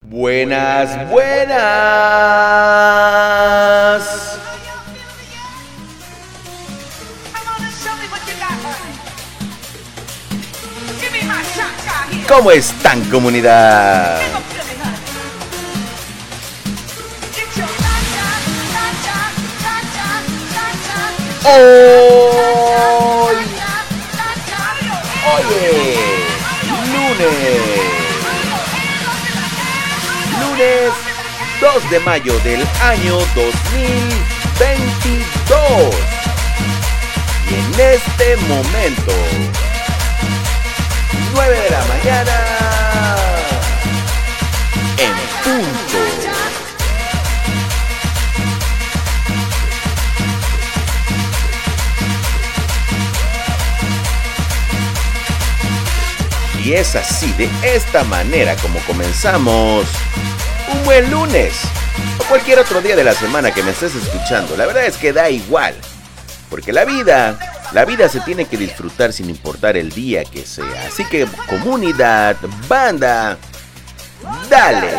Buenas, buenas. ¿Cómo están, comunidad? Hoy lunes 2 de mayo del año 2022. Y en este momento 9 de la mañana en punto. Y es así, de esta manera como comenzamos un buen lunes o cualquier otro día de la semana que me estés escuchando. La verdad es que da igual, porque la vida se tiene que disfrutar sin importar el día que sea. Así que comunidad, banda, dale.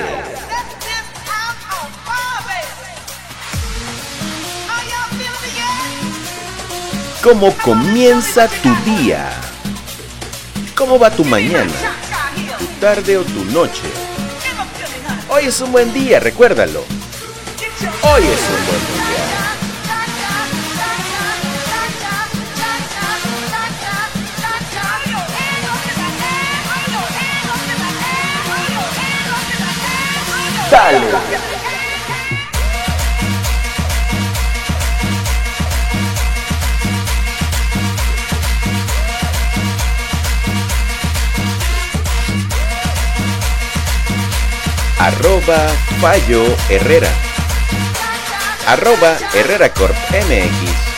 ¿Cómo comienza tu día? ¿Cómo va tu mañana, tu tarde o tu noche? Hoy es un buen día, recuérdalo. Hoy es un buen día. Dale. @Fallo Herrera, @Herrera Corp MX.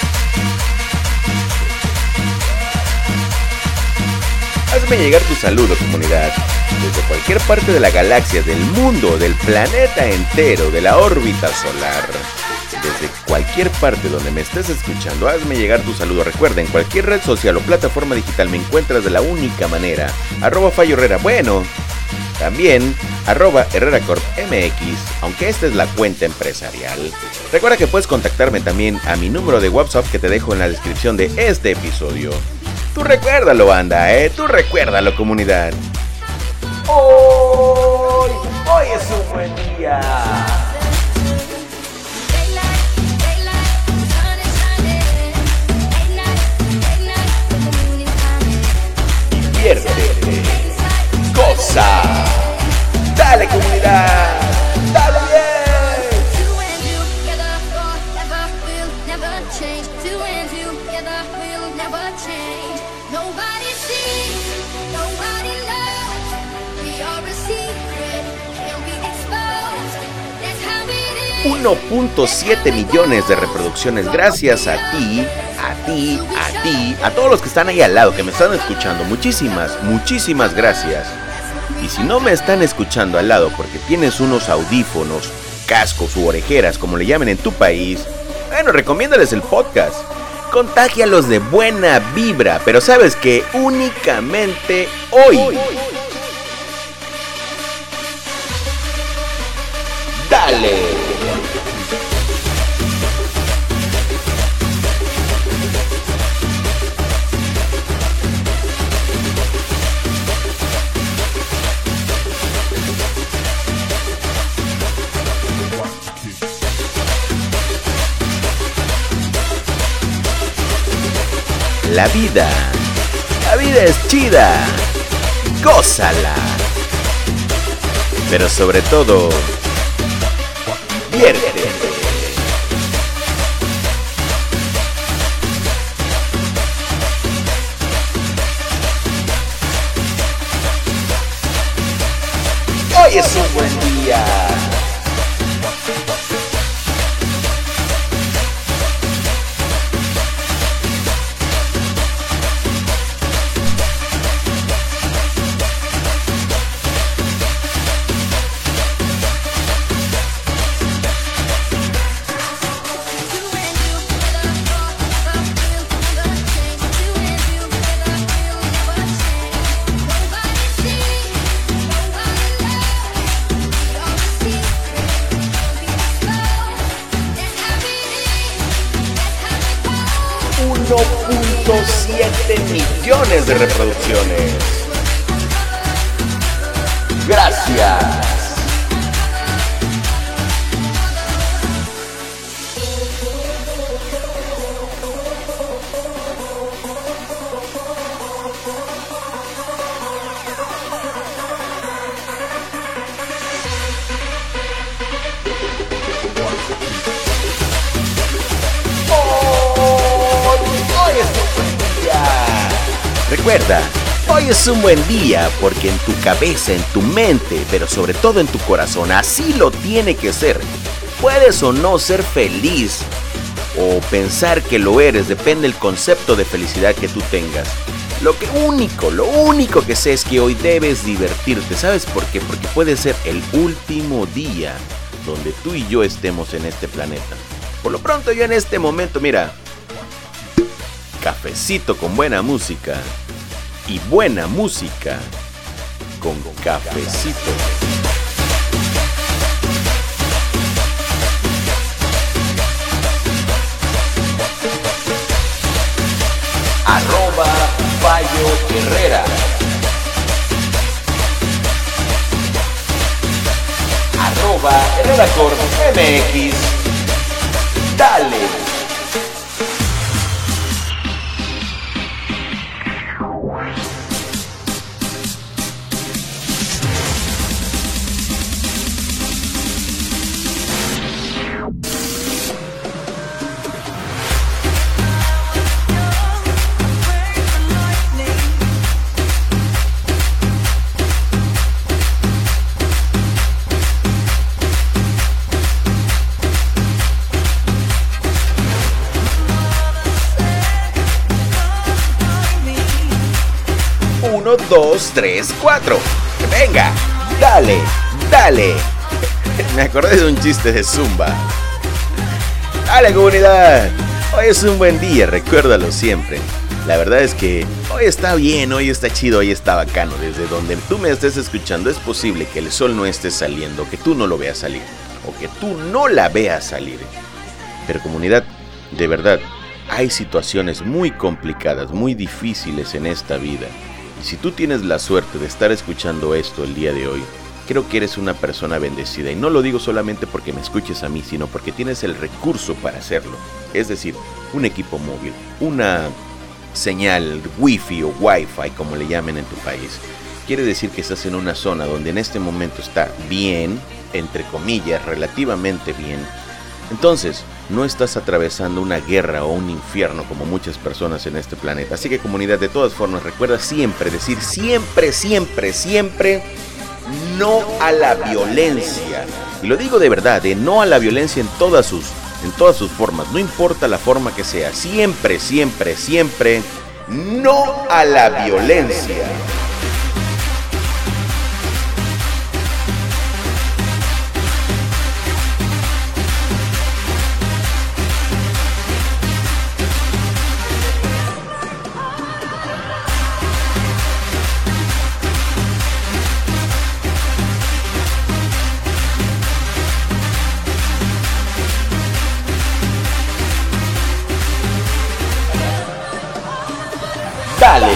Hazme llegar tu saludo, comunidad, desde cualquier parte de la galaxia, del mundo, del planeta entero, de la órbita solar. Desde cualquier parte donde me estés escuchando, hazme llegar tu saludo. Recuerda, en cualquier red social o plataforma digital me encuentras de la única manera, @Fallo Herrera. Bueno, también @Herrera Corp MX, aunque esta es la cuenta empresarial. Recuerda que puedes contactarme también a mi número de WhatsApp que te dejo en la descripción de este episodio. Tú recuérdalo, banda, tú recuérdalo, comunidad. Hoy es un buen día. Diviértete. Goza. Dale, comunidad. Dale bien. $1.7 millones de reproducciones. Gracias a ti, a todos los que están ahí al lado, que me están escuchando. Muchísimas gracias. Y si no me están escuchando al lado porque tienes unos audífonos, cascos u orejeras, como le llamen en tu país, bueno, recomiéndales el podcast. Contágialos de buena vibra, pero sabes que únicamente hoy. Dale. La vida es chida, gózala, pero sobre todo, diviértete. Hoy es un buen día. 1.7 millones de reproducciones. Gracias. Recuerda, hoy es un buen día porque en tu cabeza, en tu mente, pero sobre todo en tu corazón, así lo tiene que ser. Puedes o no ser feliz o pensar que lo eres, depende del concepto de felicidad que tú tengas. Lo único que sé es que hoy debes divertirte. ¿Sabes por qué? Porque puede ser el último día donde tú y yo estemos en este planeta. Por lo pronto yo en este momento, mira, cafecito con buena música y buena música con cafecito. @Fallo Herrera. @HerreraCorp MX. Dale. Uno, dos, tres, cuatro. Venga, dale, dale. Me acordé de un chiste de Zumba. Dale, comunidad. Hoy es un buen día, recuérdalo siempre. La verdad es que hoy está bien, hoy está chido, hoy está bacano. Desde donde tú me estés escuchando es posible que el sol no esté saliendo, que tú no lo veas salir o que tú no la veas salir. Pero comunidad, de verdad, hay situaciones muy complicadas, muy difíciles en esta vida. Y si tú tienes la suerte de estar escuchando esto el día de hoy, creo que eres una persona bendecida. Y no lo digo solamente porque me escuches a mí, sino porque tienes el recurso para hacerlo. Es decir, un equipo móvil, una señal wifi o wifi, como le llamen en tu país. Quiere decir que estás en una zona donde en este momento está bien, entre comillas, relativamente bien. Entonces, no estás atravesando una guerra o un infierno como muchas personas en este planeta. Así que, comunidad, de todas formas, recuerda siempre decir siempre no a la violencia. Y lo digo de verdad, de no a la violencia en todas sus formas. No importa la forma que sea. Siempre no a la violencia. Dale.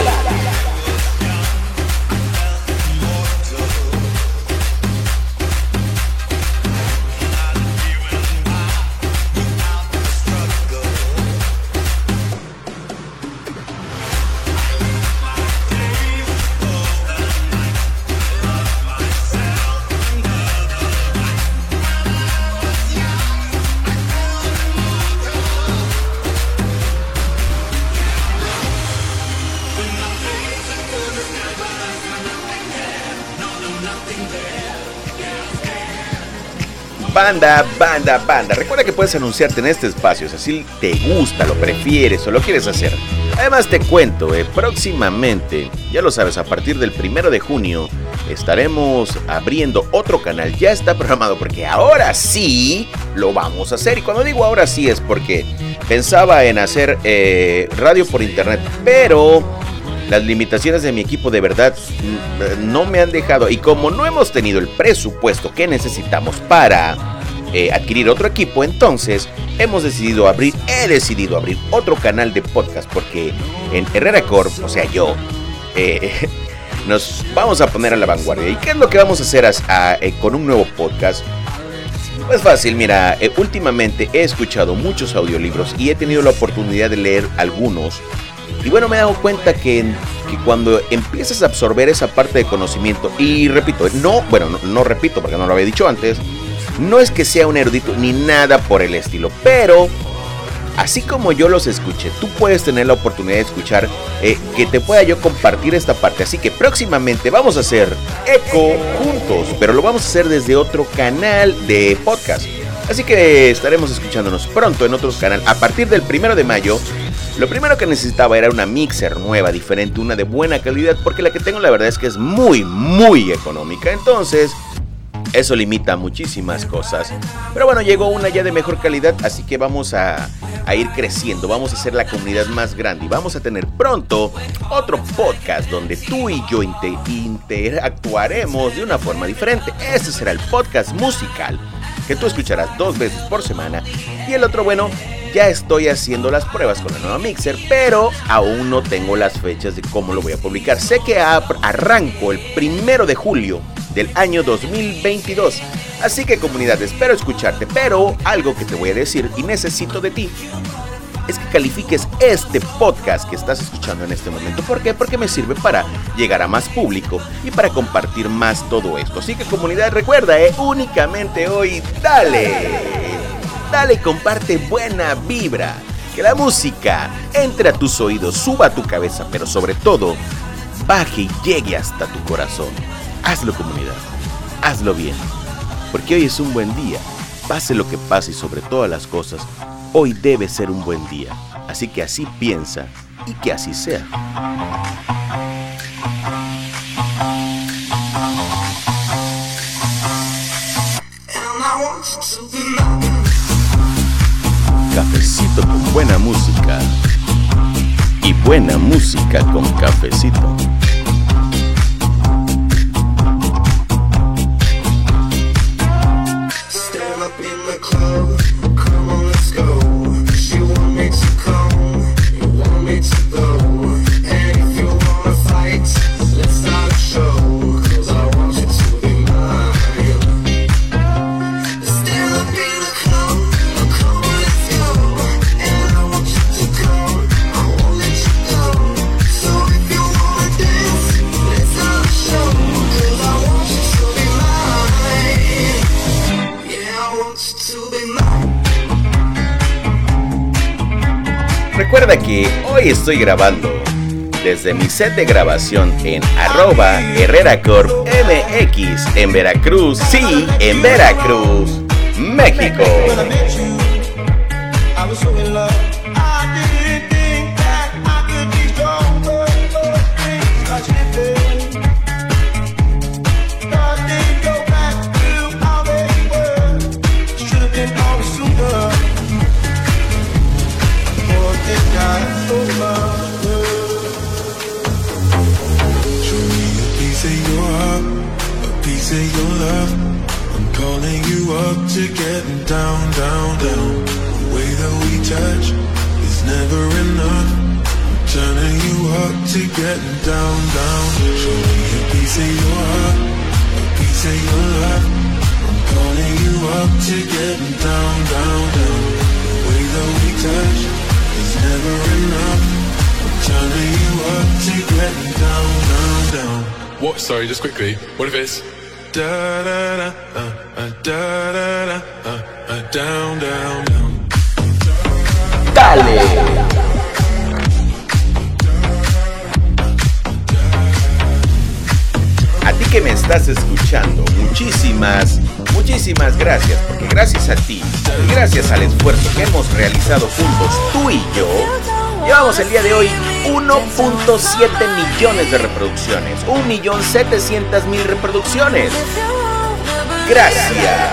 Banda. Recuerda que puedes anunciarte en este espacio, si así te gusta, lo prefieres o lo quieres hacer. Además te cuento, próximamente, ya lo sabes, a partir del 1 de junio estaremos abriendo otro canal. Ya está programado porque ahora sí lo vamos a hacer. Y cuando digo ahora sí es porque pensaba en hacer radio por internet, pero las limitaciones de mi equipo de verdad no me han dejado. Y como no hemos tenido el presupuesto que necesitamos para adquirir otro equipo, entonces he decidido abrir otro canal de podcast, porque en Herrera Corp, o sea yo, nos vamos a poner a la vanguardia. ¿Y qué es lo que vamos a hacer con un nuevo podcast? Pues fácil, mira, últimamente he escuchado muchos audiolibros y he tenido la oportunidad de leer algunos. Y bueno, me he dado cuenta que cuando empiezas a absorber esa parte de conocimiento, y repito, no repito porque no lo había dicho antes, no es que sea un erudito ni nada por el estilo, pero así como yo los escuché, tú puedes tener la oportunidad de escuchar, que te pueda yo compartir esta parte. Así que próximamente vamos a hacer Eco juntos, pero lo vamos a hacer desde otro canal de podcast. Así que estaremos escuchándonos pronto en otros canales. A partir del 1 de mayo, lo primero que necesitaba era una mixer nueva, diferente, una de buena calidad, porque la que tengo la verdad es que es muy, muy económica. Entonces, eso limita muchísimas cosas. Pero bueno, llegó una ya de mejor calidad, así que vamos a ir creciendo. Vamos a hacer la comunidad más grande y vamos a tener pronto otro podcast donde tú y yo interactuaremos de una forma diferente. Este será el podcast musical que tú escucharás 2 veces por semana. Y el otro, bueno, ya estoy haciendo las pruebas con la nueva mixer, pero aún no tengo las fechas de cómo lo voy a publicar. Sé que arranco el 1 de julio del año 2022. Así que, comunidad, espero escucharte, pero algo que te voy a decir y necesito de ti es que califiques este podcast que estás escuchando en este momento. ¿Por qué? Porque me sirve para llegar a más público y para compartir más todo esto. Así que, comunidad, recuerda, únicamente hoy, dale y comparte buena vibra. Que la música entre a tus oídos, suba a tu cabeza, pero sobre todo, baje y llegue hasta tu corazón. Hazlo, comunidad, hazlo bien, porque hoy es un buen día. Pase lo que pase y sobre todas las cosas, hoy debe ser un buen día. Así que así piensa y que así sea. Cafecito con buena música y buena música con cafecito. Recuerda que hoy estoy grabando desde mi set de grabación en @HerreraCorpMX en Veracruz, sí, en Veracruz, México. What? Sorry, just quickly. What if it's da da da da da da down down down? Dale. A ti que me estás escuchando, muchísimas gracias, porque gracias a ti y gracias al esfuerzo que hemos realizado juntos tú y yo, llevamos el día de hoy 1.7 millones de reproducciones, 1.700.000 reproducciones. Gracias.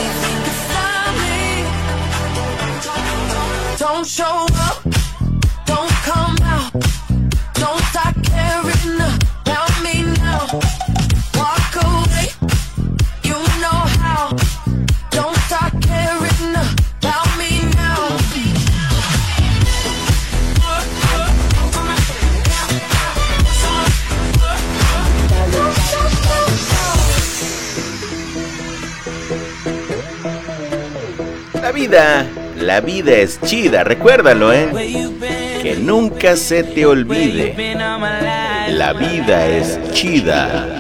Don't show up, don't come out, don't start caring about me now. Walk away, you know how. Don't start caring. La vida es chida, recuérdalo, que nunca se te olvide. La vida es chida.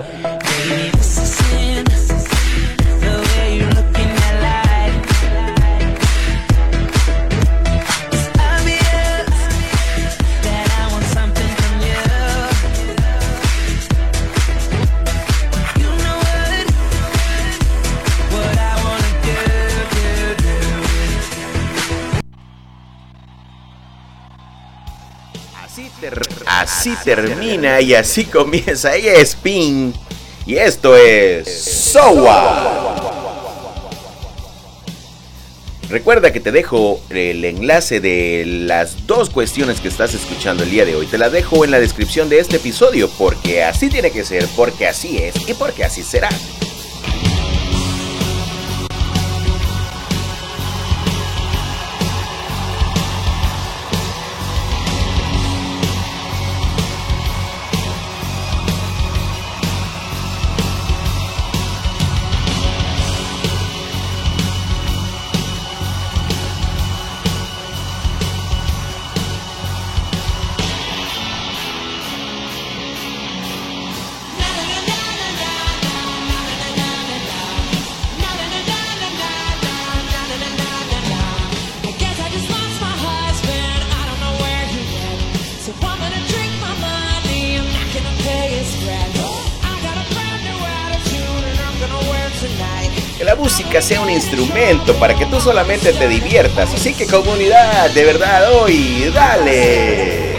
Así termina y así comienza. Ella es Pink y esto es Sowa. Recuerda que te dejo el enlace de las dos cuestiones que estás escuchando el día de hoy. Te la dejo en la descripción de este episodio, porque así tiene que ser, porque así es y porque así será. Que la música sea un instrumento para que tú solamente te diviertas. Así que, comunidad, de verdad, hoy, dale.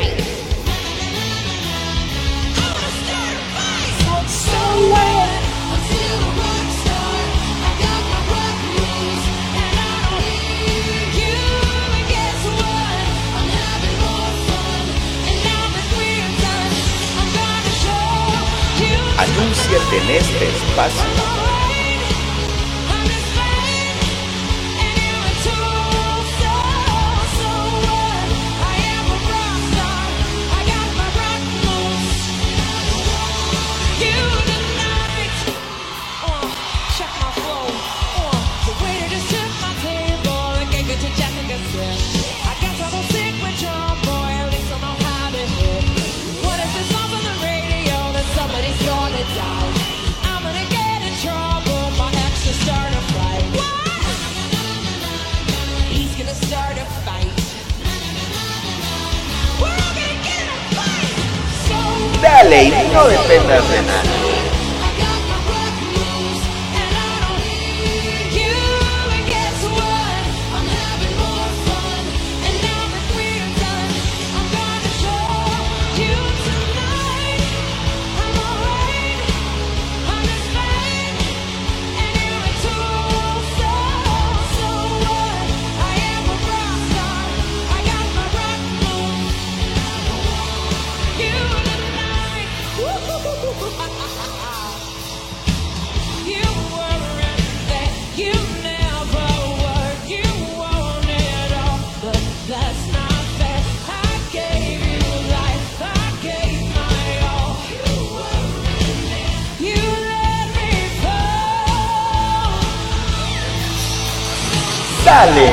Anúnciate en este espacio. Dale y no dependas de nada. Dale.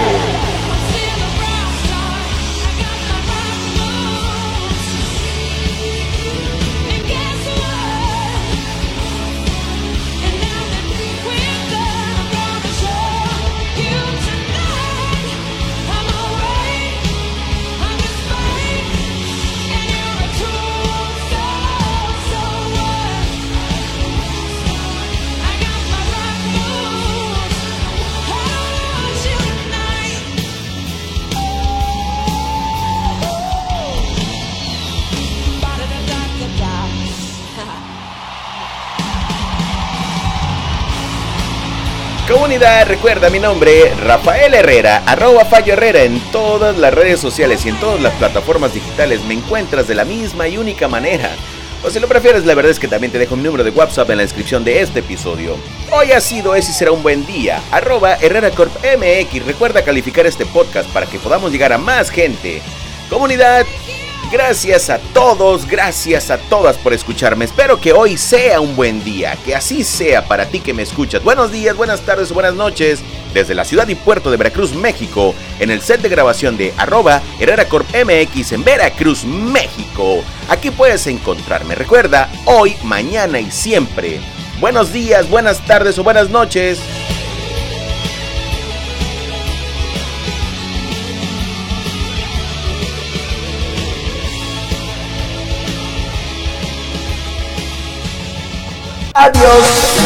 Comunidad, recuerda mi nombre, Rafael Herrera, @Fallo Herrera en todas las redes sociales y en todas las plataformas digitales. Me encuentras de la misma y única manera. O si lo prefieres, la verdad es que también te dejo mi número de WhatsApp en la descripción de este episodio. Hoy ha sido, es y será un buen día. @HerreraCorpMX. Recuerda calificar este podcast para que podamos llegar a más gente. Comunidad, Gracias a todos, gracias a todas por escucharme. Espero que hoy sea un buen día, que así sea para ti que me escuchas. Buenos días, buenas tardes o buenas noches. Desde la ciudad y puerto de Veracruz, México, en el set de grabación de @HerreraCorpMX en Veracruz, México. Aquí puedes encontrarme. Recuerda, hoy, mañana y siempre. Buenos días, buenas tardes o buenas noches. Adiós.